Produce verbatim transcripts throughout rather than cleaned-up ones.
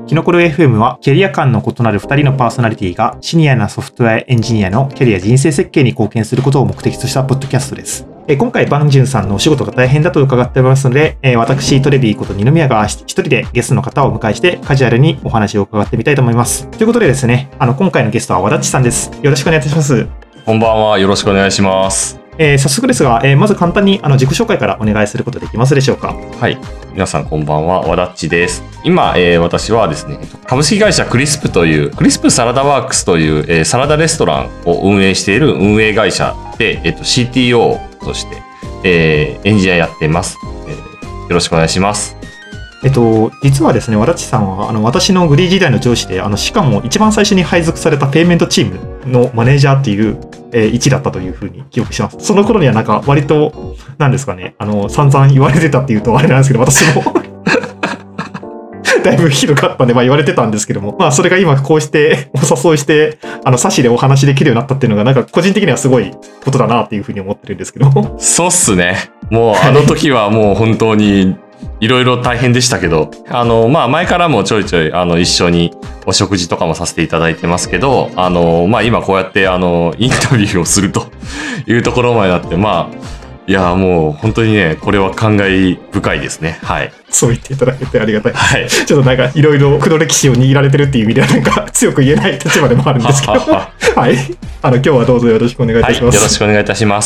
キノコル エフエム はキャリア間の異なるふたりのパーソナリティがシニアなソフトウェアエンジニアのキャリア人生設計に貢献することを目的としたポッドキャストです。え今回バンジュンさんのお仕事が大変だと伺っておりますので、え私トレビーこと二宮が一人でゲストの方をお迎えしてカジュアルにお話を伺ってみたいと思います。ということでですね、あの今回のゲストは和田っちさんです。よろしくお願いいたします。 こんばんは、よろしくお願いします。 えー、早速ですが、えー、まず簡単にあの自己紹介からお願いすることできますでしょうか。 はい、皆さんこんばんは、和田っちです。今、えー、私はですね、株式会社クリスプというクリスプサラダワークスという、えー、サラダレストランを運営している運営会社で、えー、と シーティーオー として、えー、エンジニアやっています、えー。よろしくお願いします。 えっと、実はですね、和田っちさんはあの私のグリー時代の上司で、あのしかも一番最初に配属されたペイメントチームのマネージャーっていう、えー、位置だったというふうに記憶します。その頃にはなんか割となんですかね、あの散々言われてたっていうとあれなんですけど、私もだいぶひどかったんで、まあ、言われてたんですけども、まあそれが今こうしてお誘いしてあの差しでお話できるようになったっていうのがなんか個人的にはすごいことだなっていうふうに思ってるんですけど。 そうっすね。もうあの時はもう本当にいろいろ大変でしたけど、あの、まあ前からもちょいちょいあの一緒にお食事とかもさせていただいてますけど、あの、まあ今こうやってあの、インタビューをするというところまでなって、まあ、いやもう本当にね、これは感慨深いですね。はい。 そう言っていただけてありがたい。 はい。 ちょっとなんかいろいろ黒歴史を握られてるっていう意味ではなんか強く言えない立場でもあるんですけど、はい。あの今日はどうぞよろしくお願いいたします。 はい、よろしくお願いいたします。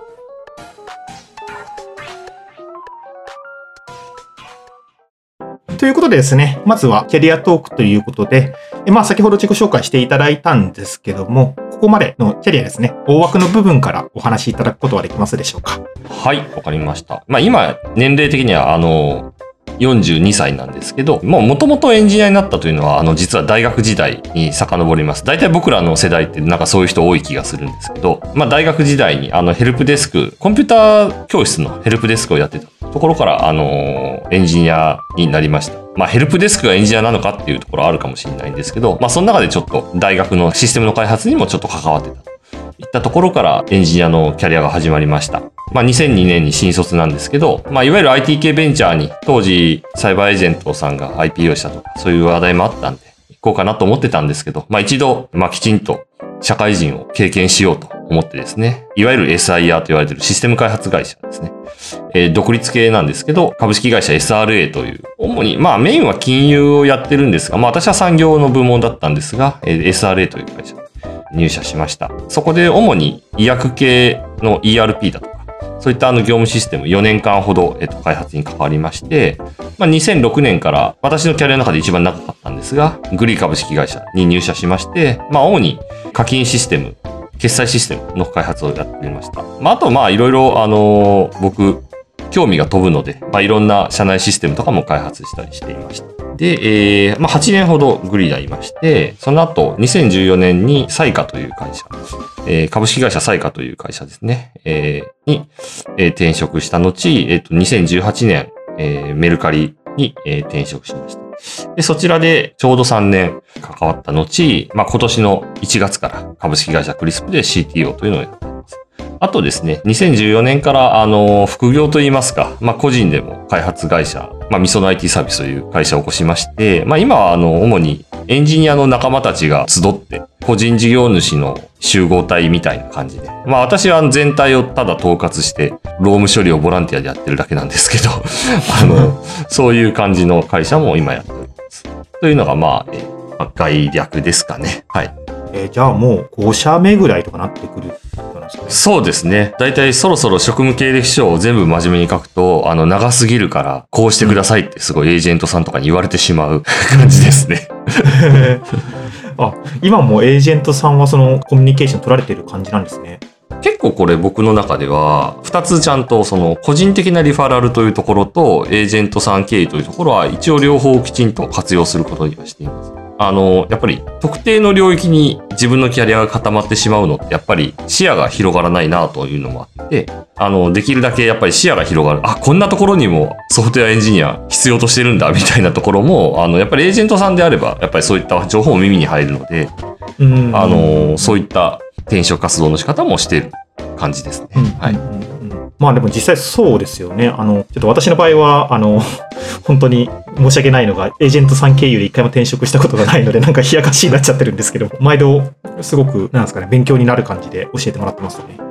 ということでですね、まずはキャリアトークということで、まあ先ほど自己紹介していただいたんですけども、ここまでのキャリアですね、大枠の部分からお話しいただくことはできますでしょうか。 はい、わかりました。まあ今、年齢的にはあの、よんじゅうにさいなんですけど、もう元々エンジニアになったというのは、あの、実は大学時代に遡ります。大体僕らの世代ってなんかそういう人多い気がするんですけど、まあ大学時代にあのヘルプデスク、コンピューター教室のヘルプデスクをやってたところから、あの、エンジニアになりました。まあヘルプデスクがエンジニアなのかっていうところはあるかもしれないんですけど、まあその中でちょっと大学のシステムの開発にもちょっと関わってたといったところからエンジニアのキャリアが始まりました。まあにせんにねんに新卒なんですけど、まあいわゆる アイティー 系ベンチャーに当時サイバーエージェントさんが アイピーオー したとかそういう話題もあったんで行こうかなと思ってたんですけど、まあ一度まあきちんと社会人を経験しようと思ってですね、いわゆる エスアイアール と言われているシステム開発会社ですね。えー、独立系なんですけど、株式会社 エスアールエー という、主に、まあメインは金融をやってるんですが、まあ私は産業の部門だったんですが、えー、エスアールエー という会社に入社しました。そこで主に医薬系の イーアールピー だとか、そういったあの業務システムよねんかんほど、えっと、開発に関わりまして、まあ、にせんろくねんから私のキャリアの中で一番長かったんですが、グリー株式会社に入社しまして、まあ主に課金システム、決済システムの開発をやっていました。まああとまあいろいろあのー、僕、興味が飛ぶので、まあいろんな社内システムとかも開発したりしていました。で、えー、まあはちねんほどグリーがいまして、その後にせんじゅうよねんにサイカという会社、えー、株式会社サイカという会社ですね、えー、に、えー、転職した後、えっと、にせんじゅうはちねん、えー、メルカリに、えー、転職しました。で、そちらでちょうどさんねん関わった後、まあ今年のいちがつから株式会社クリスプで シーティーオー というのをやっています。あとですね、にせんじゅうよねんから、あの、副業といいますか、まあ個人でも開発会社、まあ、みその アイティー サービスという会社を起こしまして、まあ今はあの、主にエンジニアの仲間たちが集って、個人事業主の集合体みたいな感じで。まあ私は全体をただ統括して、労務処理をボランティアでやってるだけなんですけど、あの、そういう感じの会社も今やっております。というのがまあ、えー、概略ですかね。はい。 えー、じゃあもうご社目ぐらいとかなってくる。 そうですね。だいたいそろそろ職務経歴書を全部真面目に書くと、あの、長すぎるから、こうしてくださいってすごいエージェントさんとかに言われてしまう感じですね。 あ、今もエージェントさんはそのコミュニケーション取られてる感じなんですね。 結構これ僕の中では、二つちゃんとその個人的なリファラルというところと、エージェントさん経由というところは一応両方きちんと活用することにはしています。あの、やっぱり特定の領域に自分のキャリアが固まってしまうのって、やっぱり視野が広がらないなというのもあって、あの、できるだけやっぱり視野が広がる。あ、こんなところにもソフトウェアエンジニア必要としてるんだ、みたいなところも、あの、やっぱりエージェントさんであれば、やっぱりそういった情報も耳に入るので、うんあの、そういった転職活動の仕方もしている感じですね。 うん、 はい。 うんうんまあでも実際そうですよね。あの、ちょっと私の場合は、あの、本当に申し訳ないのが、エージェントさん経由で一回も転職したことがないので、なんか冷やかしになっちゃってるんですけど、毎度、すごく、なんですかね、勉強になる感じで教えてもらってますよね。うん。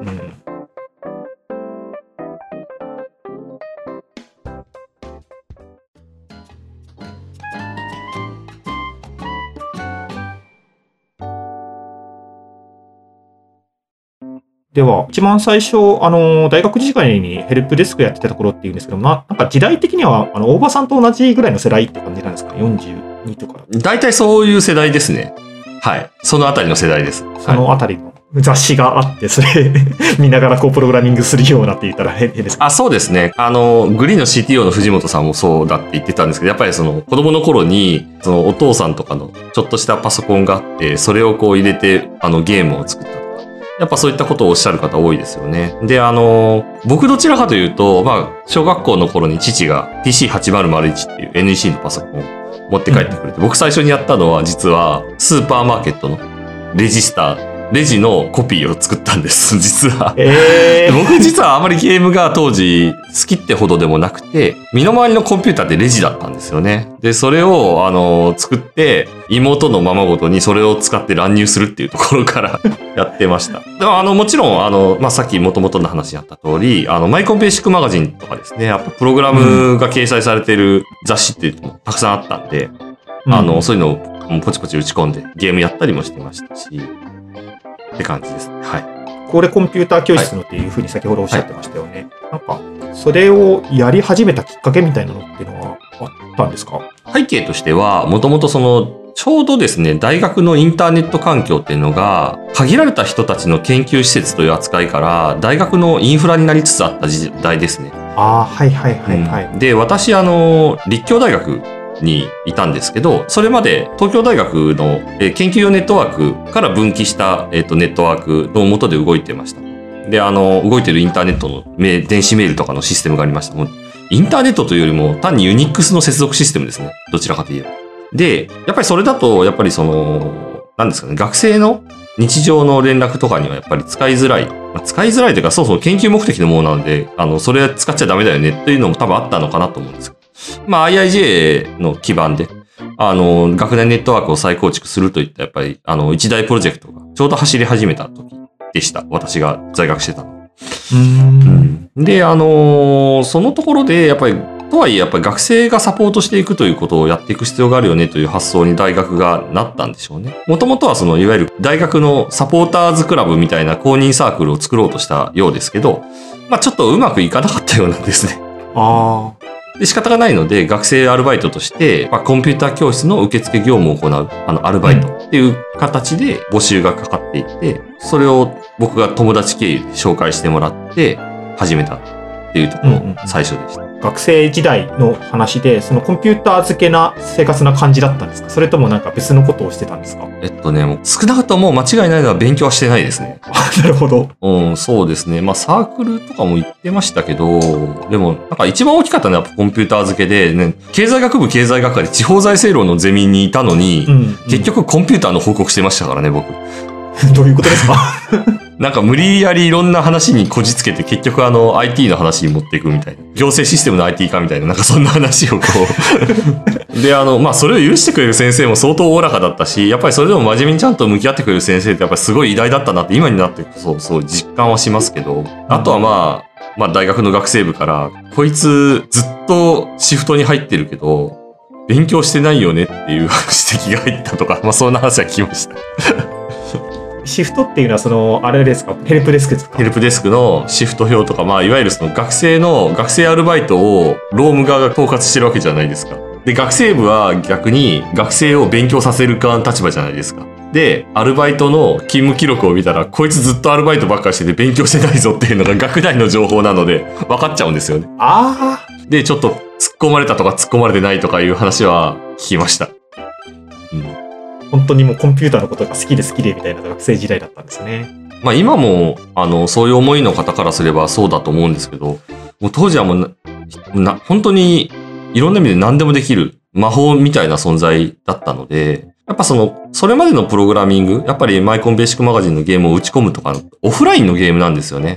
では、一番最初、あの、大学時代にヘルプデスクやってたところっていうんですけど、ななんか時代的には、あの、大場さんと同じぐらいの世代って感じなんですか？ よんじゅうに とか。 大体そういう世代ですね。はい。そのあたりの世代です。 そのあたりの雑誌があって、それ見ながらこう、プログラミングするようなって言ったら変ですか？ あ、そうですね。あの、グリーンの シーティーオー の藤本さんもそうだって言ってたんですけど、やっぱりその子供の頃に、そのお父さんとかのちょっとしたパソコンがあって、それをこう入れて、あの、ゲームを作った。やっぱそういったことをおっしゃる方多いですよね。で、あの、僕どちらかというと、まあ、小学校の頃に父が ピーシーはちまるまるいち っていう エヌイーシー のパソコンを持って帰ってくれて、うん、僕最初にやったのは実はスーパーマーケットのレジスター、レジのコピーを作ったんです、実は。えー、僕実はあまりゲームが当時好きってほどでもなくて、身の回りのコンピューターってレジだったんですよね。で、それを、あの、作って、妹のままごとにそれを使って乱入するっていうところからやってました。でも、あの、もちろん、あの、まあ、さっき元々の話にあった通り、あの、マイコンベーシックマガジンとかですね、やっぱプログラムが掲載されている雑誌っていうのもたくさんあったんで、うん、あの、そういうのをポチポチ打ち込んでゲームやったりもしてましたし、って感じですね。はい。 これコンピューター教室のっていうふうに先ほどおっしゃってましたよね。はい、なんか、それをやり始めたきっかけみたいなのっていうのはあったんですか？ 背景としては、もともとその、ちょうどですね、大学のインターネット環境っていうのが、限られた人たちの研究施設という扱いから、大学のインフラになりつつあった時代ですね。 ああ、はいはいはいはい。 うん、で、私、あの、立教大学にいたんですけど、それまで東京大学の研究用ネットワークから分岐した、えっと、ネットワークの下で動いてました。で、あの、動いてるインターネットの電子メールとかのシステムがありました。もうインターネットというよりも単にユニックスの接続システムですね。どちらかといえば。で、やっぱりそれだと、やっぱりその、なんですかね、学生の日常の連絡とかにはやっぱり使いづらい。まあ、使いづらいというか、そうそう研究目的のものなので、あの、それは使っちゃダメだよねっていうのも多分あったのかなと思うんですけど。まあ アイアイジェー の基盤で、あの、学内ネットワークを再構築するといった、やっぱり、あの、一大プロジェクトがちょうど走り始めた時でした。私が在学してたの。 うーんうん、で、あの、そのところで、やっぱり、とはいえ、やっぱり学生がサポートしていくということをやっていく必要があるよねという発想に大学がなったんでしょうね。もともとはその、いわゆる大学のサポーターズクラブみたいな公認サークルを作ろうとしたようですけど、まあちょっとうまくいかなかったようなんですね。 ああ。 で、仕方がないので、学生アルバイトとして、まあ、コンピューター教室の受付業務を行う、あの、アルバイトっていう形で募集がかかっていて、それを僕が友達経由で紹介してもらって始めたっていうところ、最初でした。 うんうん、学生時代の話で、そのコンピューター付けな生活な感じだったんですか？それともなんか別のことをしてたんですか？ えっとね、もう少なくとも間違いないのは勉強はしてないですね。 なるほど。 うん、そうですね。まあサークルとかも行ってましたけど、でもなんか一番大きかったのはコンピューター付けで、ね、経済学部経済学科で地方財政論のゼミにいたのに、うんうん、結局コンピューターの報告してましたからね、僕。 どういうことですか？ なんか無理やりいろんな話にこじつけて結局あの アイティー の話に持っていくみたいな。行政システムの アイティー 化みたいな、なんかそんな話をこう。で、あの、まあそれを許してくれる先生も相当おおらかだったし、やっぱりそれでも真面目にちゃんと向き合ってくれる先生ってやっぱりすごい偉大だったなって今になってそうそう実感はしますけど、あとはまあ、まあ大学の学生部から、こいつずっとシフトに入ってるけど、勉強してないよねっていう指摘が入ったとか、まあそんな話は聞きました。 シフトっていうのはそのあれですか？ヘルプデスクですか？ ヘルプデスクのシフト表とか、まあいわゆるその学生の学生アルバイトを労務側が統括してるわけじゃないですか。で、学生部は逆に学生を勉強させる側の立場じゃないですか。で、アルバイトの勤務記録を見たら、こいつずっとアルバイトばっかりしてて勉強してないぞっていうのが学内の情報なので分かっちゃうんですよね。 ああ。 で、ちょっと突っ込まれたとか突っ込まれてないとかいう話は聞きました。 うん。本当にもうコンピューターのことが好きで好きでみたいな学生時代だったんですね。 まあ今も、あの、そういう思いの方からすればそうだと思うんですけど、もう当時はもうな、な本当にいろんな意味で何でもできる魔法みたいな存在だったので、やっぱその、それまでのプログラミング、やっぱりマイコンベーシックマガジンのゲームを打ち込むとか、オフラインのゲームなんですよね。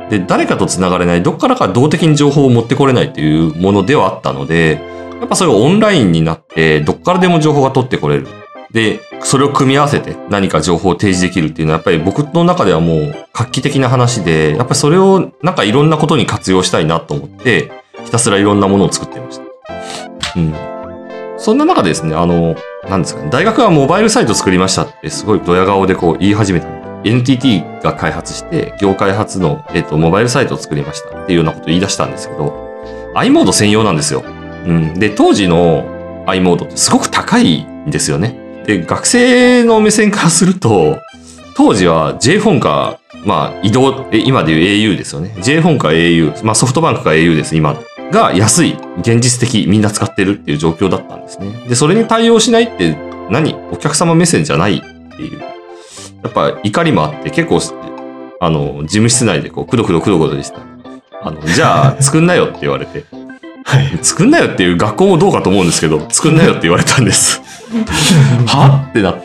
で、誰かと繋がれない、どっからか動的に情報を持ってこれないっていうものではあったので、やっぱそれがオンラインになって、どっからでも情報が取ってこれる。で、それを組み合わせて何か情報を提示できるっていうのは、やっぱり僕の中ではもう画期的な話で、やっぱりそれをなんかいろんなことに活用したいなと思って、ひたすらいろんなものを作っていました。うん。そんな中でですね、あの、なんですかね、大学はモバイルサイト作りましたってすごいドヤ顔でこう言い始めた。エヌティーティー が開発して、業界初の、えっと、モバイルサイトを作りましたっていうようなことを言い出したんですけど、i モード専用なんですよ。うん。で、当時の i モードってすごく高いんですよね。で、学生の目線からすると、当時は J フォンか、まあ移動、今でいう エーユー ですよね。J フォンか エーユー、まあソフトバンクか エーユー です、今。が安い、現実的、みんな使ってるっていう状況だったんですね。で、それに対応しないって何？お客様目線じゃないっていう。やっぱ怒りもあって結構、あの、事務室内でこう、くどくどくどくどでした。あの、じゃあ作んなよって言われて。はい。作んなよっていう学校もどうかと思うんですけど、作んなよって言われたんです。はってなって、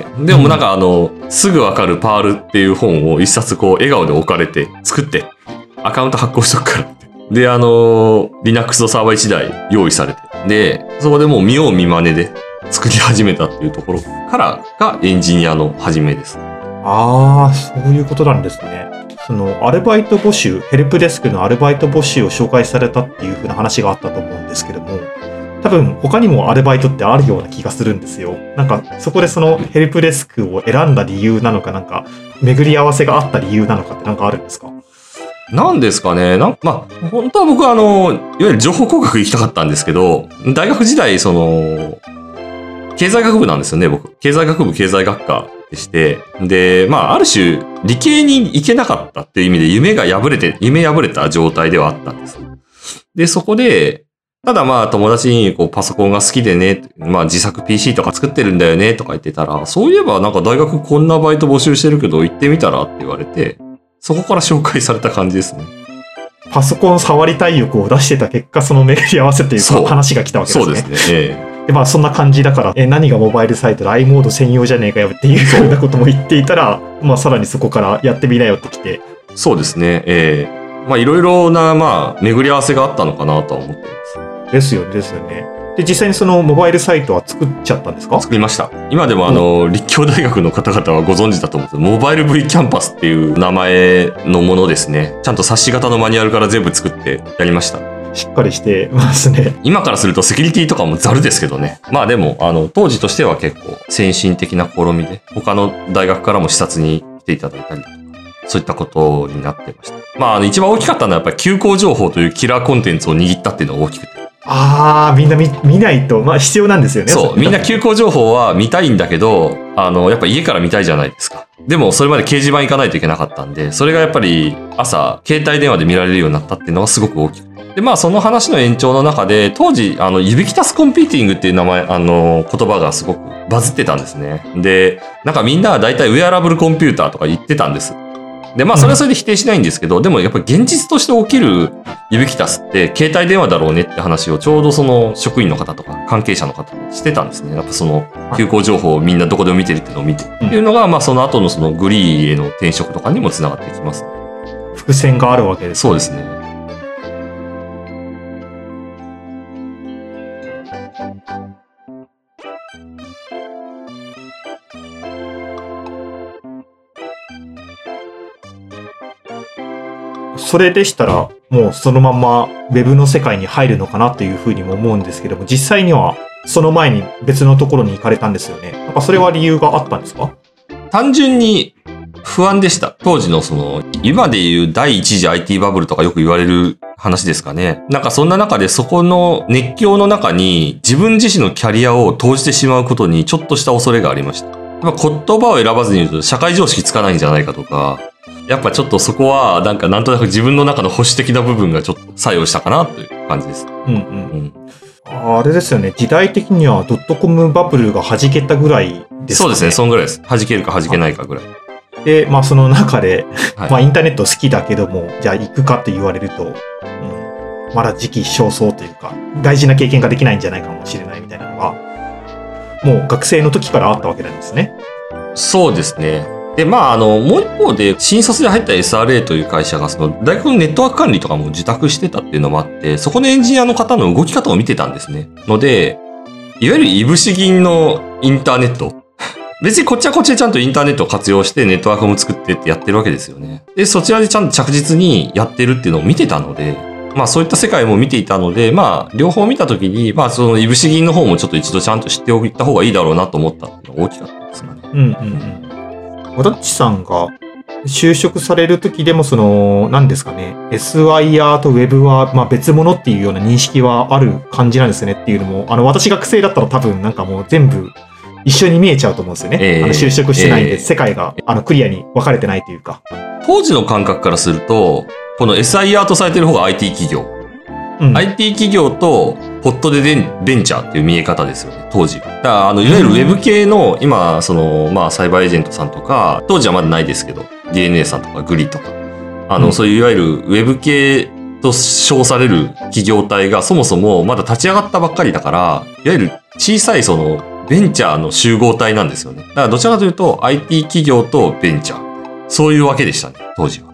でもなんかあの、すぐわかるパールっていう本を一冊こう、笑顔で置かれて、作って、アカウント発行しとくからって。で、あの、Linux のサーバーいちだい用意されて。で、そこでもう見よう見真似で作り始めたっていうところからがエンジニアの始めです。 ああ、そういうことなんですね。その、アルバイト募集、ヘルプデスクのアルバイト募集を紹介されたっていう風な話があったと思うんですけども、多分他にもアルバイトってあるような気がするんですよ。なんかそこでそのヘルプデスクを選んだ理由なのか、なんか巡り合わせがあった理由なのかってなんかあるんですか？ なんですかね。なんまあ、本当は僕はあの、いわゆる情報工学行きたかったんですけど、大学時代、その、経済学部なんですよね、僕。経済学部経済学科でして。で、まあ、ある種、理系に行けなかったっていう意味で夢が破れて、夢破れた状態ではあったんです。で、そこで、ただまあ友達にこうパソコンが好きでね、まあ自作 ピーシー とか作ってるんだよねとか言ってたら、そういえばなんか大学こんなバイト募集してるけど行ってみたらって言われて、そこから紹介された感じですね。 パソコン触りたい欲を出してた結果、その巡り合わせというか話が来たわけですね。 そうですね。ええ。 で、まあそんな感じだから、え、何がモバイルサイトで i モード専用じゃねえかよっていうようなことも言っていたら、まあさらにそこからやってみなよってきて。 そうですね。ええ。まあいろいろな、まあ巡り合わせがあったのかなとは思っています。 ですよね、ですよね。で、実際にそのモバイルサイトは作っちゃったんですか？ 作りました。今でもあの、うん、立教大学の方々はご存知だと思うんですけど、モバイル V キャンパスっていう名前のものですね。ちゃんと冊子型のマニュアルから全部作ってやりました。 しっかりしてますね。 今からするとセキュリティとかもザルですけどね。まあでも、あの、当時としては結構先進的な試みで、他の大学からも視察に来ていただいたりとか、そういったことになってました。まあ、あの、一番大きかったのはやっぱり休校情報というキラーコンテンツを握ったっていうのが大きくて。 ああ、みんな 見, 見ないと、まあ必要なんですよね。 そう、みんな休校情報は見たいんだけど、あの、やっぱ家から見たいじゃないですか。でも、それまで掲示板行かないといけなかったんで、それがやっぱり朝、携帯電話で見られるようになったっていうのはすごく大きくて。で、まあ、その話の延長の中で、当時、あの、ユビキタスコンピーティングっていう名前、あの、言葉がすごくバズってたんですね。で、なんかみんなは大体ウェアラブルコンピューターとか言ってたんです。で、まあ、それはそれで否定しないんですけど、うん、でもやっぱり現実として起きるユビキタスって携帯電話だろうねって話をちょうどその職員の方とか関係者の方にしてたんですね。やっぱその休校情報をみんなどこでも見てるっていうのを見て、うん、っていうのが、まあその後のそのグリーへの転職とかにもつながってきます。 伏線があるわけですね。 そうですね。 それでしたら、もうそのままウェブの世界に入るのかなというふうにも思うんですけども、実際にはその前に別のところに行かれたんですよね。なんかそれは理由があったんですか？ 単純に不安でした。当時のその、今でいう第一次 アイティー バブルとかよく言われる話ですかね。なんかそんな中でそこの熱狂の中に自分自身のキャリアを投じてしまうことにちょっとした恐れがありました。言葉を選ばずに言うと社会常識つかないんじゃないかとか、やっぱちょっとそこはなんかなんとなく自分の中の保守的な部分がちょっと作用したかなという感じです。 うんうんうん。あれですよね。時代的にはドットコムバブルが弾けたぐらいですかね。 そうですね。そんぐらいです。弾けるか弾けないかぐらい。 で、まあその中で、はい、まあインターネット好きだけども、じゃあ行くかと言われると、うん、まだ時期尚早というか、大事な経験ができないんじゃないかもしれないみたいなのが、もう学生の時からあったわけなんですね。 そうですね。 で、まあ、あの、もう一方で、新卒で入った エスアールエー という会社が、その、大学のネットワーク管理とかも受託してたっていうのもあって、そこのエンジニアの方の動き方を見てたんですね。ので、いわゆるいぶし銀のインターネット。別にこっちはこっちでちゃんとインターネットを活用してネットワークも作ってってやってるわけですよね。で、そちらでちゃんと着実にやってるっていうのを見てたので、まあそういった世界も見ていたので、まあ両方見たときに、まあそのいぶし銀の方もちょっと一度ちゃんと知っておいた方がいいだろうなと思ったっていうのが大きかったですかね。 うんうんうん。わだっちさんが就職されるときでもその、何ですかね、エスアイアール と Web はまあ別物っていうような認識はある感じなんですねっていうのも、あの私学生だったら多分なんかもう全部一緒に見えちゃうと思うんですよね。えー、あの就職してないんで、えー、世界があのクリアに分かれてないというか。 当時の感覚からすると、この エスアイアール とされてる方が アイティー 企業。うん、アイティー 企業と、ポットでベンチャーっていう見え方ですよね、当時。だから、あの、いわゆるウェブ系の、今、その、まあ、サイバーエージェントさんとか、当時はまだないですけど、ディーエヌエー さんとか、グリとか、あの、うん、そういういわゆるウェブ系と称される企業体が、そもそもまだ立ち上がったばっかりだから、いわゆる小さいその、ベンチャーの集合体なんですよね。だからどちらかというと アイティー 企業とベンチャー。そういうわけでしたね、当時は。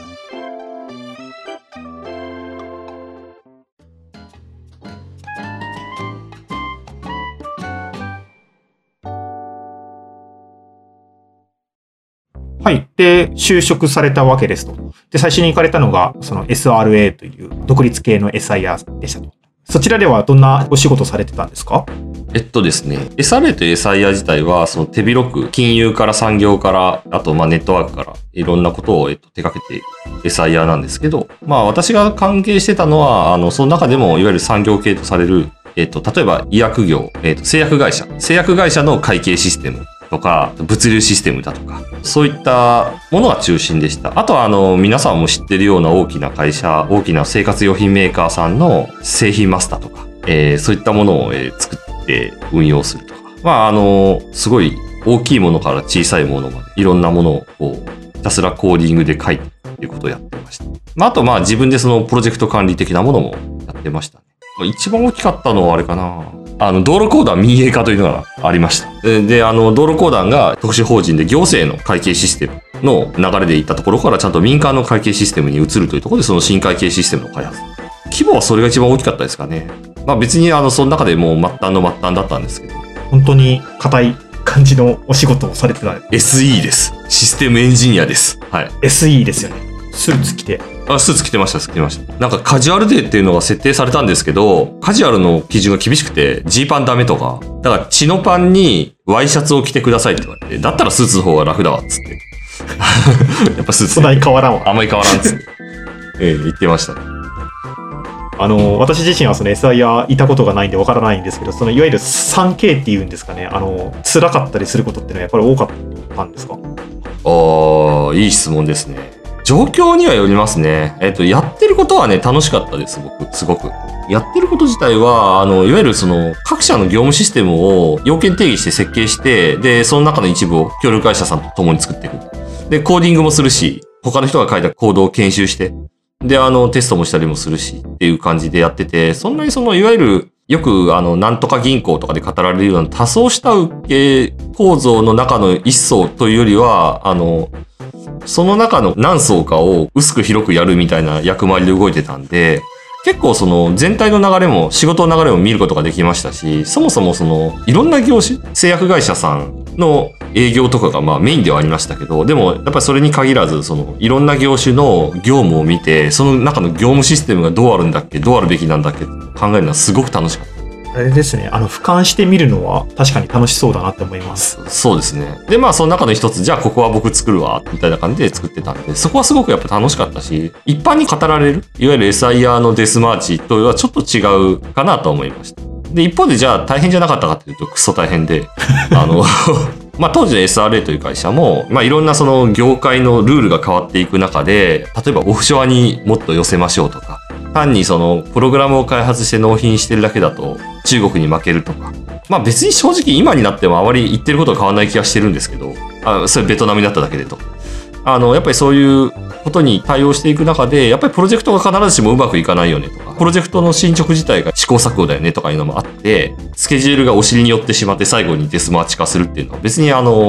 はい。で、就職されたわけですと。で、最初に行かれたのが、その エスアールエー という独立系の エスアイアール でしたと。そちらではどんなお仕事されてたんですか？ えっとですね、エスアールエー という エスアイアール 自体は、その手広く金融から産業から、あとまあネットワークからいろんなことをえっと手掛けている エスアイアール なんですけど、まあ私が関係してたのは、あの、その中でもいわゆる産業系とされる、えっと、例えば医薬業、えっと、製薬会社、製薬会社の会計システムとか、物流システムだとか、そういったものが中心でした。あとはあの、皆さんも知ってるような大きな会社、大きな生活用品メーカーさんの製品マスターとか、えー、そういったものを、えー、作って運用するとか。まあ、あの、すごい大きいものから小さいものまで、いろんなものをこうひたすらコーディングで書いてっていうことをやってました。まあ、あと、まあ、自分でそのプロジェクト管理的なものもやってましたね。一番大きかったのはあれかな。あの、道路公団民営化というのがありました。で、あの、道路公団が特殊法人で行政の会計システムの流れでいったところからちゃんと民間の会計システムに移るというところで、その新会計システムの開発。規模はそれが一番大きかったですかね。まあ別にあの、その中でもう末端の末端だったんですけど。 本当に硬い感じのお仕事をされてた。 エスイー です。システムエンジニアです。はい。 エスイー ですよね。スーツ着て。 あ、スーツ着てました、着てました。なんかカジュアルデーっていうのが設定されたんですけど、カジュアルの基準が厳しくて、ジーパンダメとか。だから、チノパンにワイシャツを着てくださいって言われて、だったらスーツの方が楽だわ、っつって。やっぱスーツ。 そんなに変わらんわ。 あんまり変わらんっつって。ええ、言ってましたね。 あの、私自身はその エスアイアール いたことがないんでわからないんですけど、そのいわゆる スリーケー っていうんですかね、あの、辛かったりすることってのはやっぱり多かったんですか？ ああ、いい質問ですね。状況にはよりますね。えっと、やってることはね、楽しかったです、僕、すごく。やってること自体は、あの、いわゆるその、各社の業務システムを要件定義して設計して、で、その中の一部を協力会社さんと共に作っていく。で、コーディングもするし、他の人が書いたコードを研修して、で、あの、テストもしたりもするし、っていう感じでやってて、そんなにその、いわゆる、よく、あの、なんとか銀行とかで語られるような多層下請け構造の中の一層というよりは、あの、その中の何層かを薄く広くやるみたいな役回りで動いてたんで、結構その全体の流れも仕事の流れも見ることができましたし、そもそもそのいろんな業種、製薬会社さんの営業とかがまあメインではありましたけど、でもやっぱりそれに限らず、そのいろんな業種の業務を見て、その中の業務システムがどうあるんだっけ、どうあるべきなんだっけ考えるのはすごく楽しかった。 あれですね、あの、俯瞰してみるのは確かに楽しそうだなって思います。 そうですね。で、まあ、その中の一つ、じゃあここは僕作るわ、みたいな感じで作ってたんで、そこはすごくやっぱ楽しかったし、一般に語られる、いわゆる エスアイアール のデスマーチとはちょっと違うかなと思いました。で、一方でじゃあ大変じゃなかったかっていうと、クソ大変で、あの、まあ当時の エスアールエー という会社も、まあいろんなその業界のルールが変わっていく中で、例えばオフショアにもっと寄せましょうとか、単にそのプログラムを開発して納品してるだけだと中国に負けるとか。まあ別に正直今になってもあまり言ってることは変わらない気がしてるんですけど、あ、それベトナムになっただけでと。あの、やっぱりそういうことに対応していく中で、やっぱりプロジェクトが必ずしもうまくいかないよねとか、プロジェクトの進捗自体が試行錯誤だよねとかいうのもあって、スケジュールがお尻に寄ってしまって最後にデスマーチ化するっていうのは別にあの、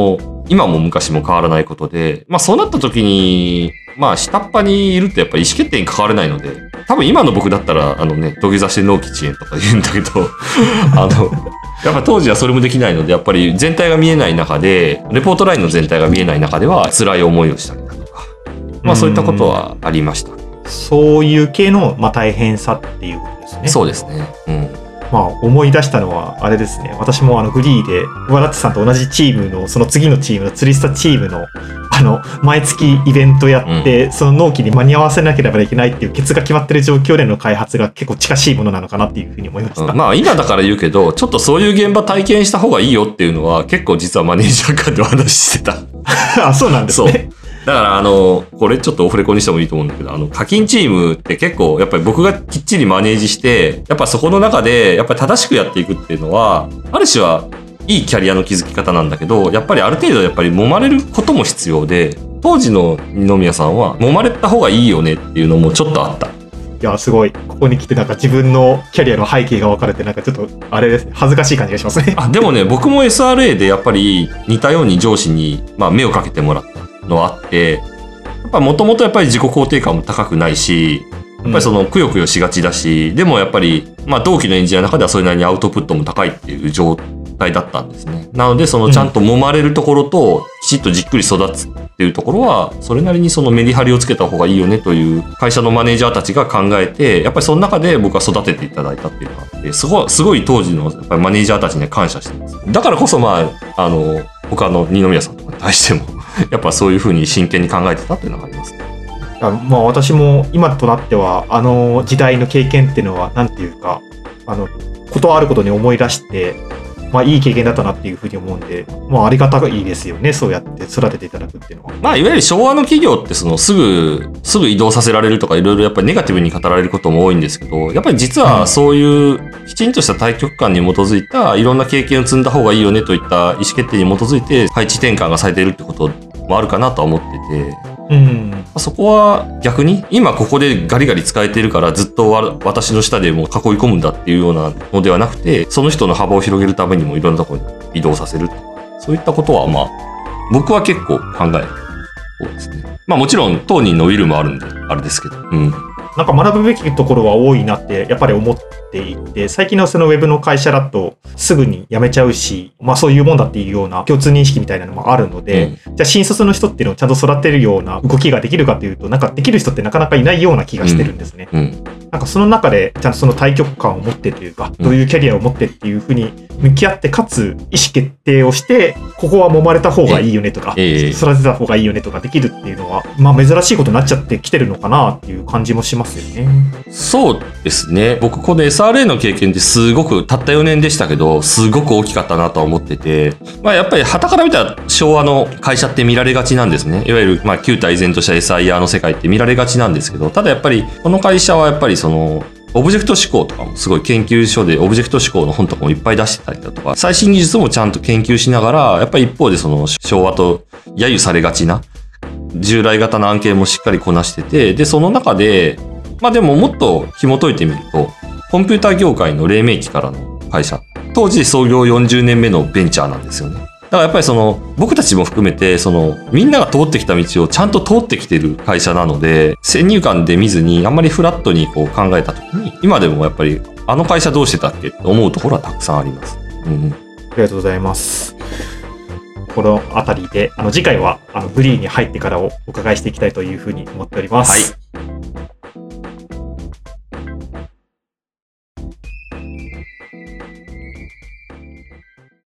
今も昔も変わらないことで、まあそうなった時に、まあ下っ端にいるとやっぱり意思決定に関われないので、多分今の僕だったら、あのね、土下座して納期遅延とか言うんだけど、あの、やっぱ当時はそれもできないので、やっぱり全体が見えない中で、レポートラインの全体が見えない中では辛い思いをしたりだとか、まあそういったことはありました。 そういう系の、まあ、大変さっていうことですね。 そうですね。うん。 まあ思い出したのはあれですね。私もあのグリーでワラッチさんと同じチームのその次のチームの釣りスタチームのあの毎月イベントやって、うん、その納期に間に合わせなければいけないっていうケツが決まってる状況での開発が結構近しいものなのかなっていうふうに思いました。 うん、まあ今だから言うけど、ちょっとそういう現場体験した方がいいよっていうのは結構実はマネージャー間でお話ししてた。 あ、そうなんですね。そうだからあの、これちょっとオフレコにしてもいいと思うんだけど、あの、課金チームって結構、やっぱり僕がきっちりマネージして、やっぱそこの中で、やっぱり正しくやっていくっていうのは、ある種はいいキャリアの築き方なんだけど、やっぱりある程度やっぱり揉まれることも必要で、当時の二宮さんは揉まれた方がいいよねっていうのもちょっとあった。 いや、すごい。ここに来てなんか自分のキャリアの背景が分かれて、なんかちょっと、あれですね、恥ずかしい感じがしますね。 あ、でもね、僕も エスアールエー でやっぱり似たように上司に、まあ、目をかけてもらったのはあって、もともとやっぱり自己肯定感も高くないし、やっぱりそのくよくよしがちだし、うん、でもやっぱり、まあ同期のエンジニアの中ではそれなりにアウトプットも高いっていう状態だったんですね。なので、そのちゃんと揉まれるところと、きちっとじっくり育つっていうところは、それなりにそのメリハリをつけた方がいいよねという会社のマネージャーたちが考えて、やっぱりその中で僕は育てていただいたっていうのがあって、すごい、すごい当時のやっぱりマネージャーたちには感謝してます。だからこそまあ、あの、他の二宮さんとかに対しても、やっぱそういうふうに真剣に考えてたっていうのがありますね。 まあ私も今となってはあの時代の経験っていうのはなんていうかあのことあることに思い出してまあいい経験だったなっていうふうに思うんで、まあありがたいですよね、そうやって育てていただくっていうのは。 まあいわゆる昭和の企業ってそのすぐすぐ移動させられるとかいろいろやっぱりネガティブに語られることも多いんですけど、やっぱり実はそういうきちんとした大局観に基づいたいろんな経験を積んだ方がいいよねといった意思決定に基づいて配置転換がされているってこともあるかなとは思ってて、 うん、 そこは逆に今ここでガリガリ使えてるからずっと私の下でもう囲い込むんだっていうようなのではなくて、その人の幅を広げるためにもいろんなところに移動させるとか、そういったことはまあ僕は結構考える方ですね。まあもちろん当人のウィルもあるんであれですけど、うん、 なんか学ぶべきところは多いなってやっぱり思っていて、最近のそのウェブの会社だとすぐに辞めちゃうし、まあそういうもんだっていうような共通認識みたいなのもあるので、うん、じゃあ新卒の人っていうのをちゃんと育てるような動きができるかというと、なんかできる人ってなかなかいないような気がしてるんですね。 うんうん、 なんかその中でちゃんとその対極感を持ってというか、どういうキャリアを持ってっていうふうに向き合って、かつ意思決定をして、ここは揉まれた方がいいよねとか、えー、育てた方がいいよねとかできるっていうのは、まあ珍しいことになっちゃってきてるのかなっていう感じもしますよね。 そうですね。僕この エスアールエー の経験ってすごくたったよねんでしたけど、すごく大きかったなとは思ってて、まあやっぱり傍から見たら昭和の会社って見られがちなんですね。いわゆるまあ旧態依然とした エスアイアール の世界って見られがちなんですけど、ただやっぱりこの会社はやっぱりそのオブジェクト思考とかもすごい研究所でオブジェクト思考の本とかもいっぱい出してたりだとか、最新技術もちゃんと研究しながら、やっぱり一方でその昭和と揶揄されがちな従来型の案件もしっかりこなしてて、でその中でまあでももっと紐解いてみると、コンピューター業界の黎明期からの会社、当時創業よんじゅうねんめのベンチャーなんですよね。だからやっぱりその僕たちも含めてそのみんなが通ってきた道をちゃんと通ってきてる会社なので、先入観で見ずにあんまりフラットにこう考えた時に、今でもやっぱりあの会社どうしてたっけと思うところはたくさんあります。うん、 ありがとうございます。このあたりであの次回はあのグリーンに入ってからをお伺いしていきたいというふうに思っております。 はい。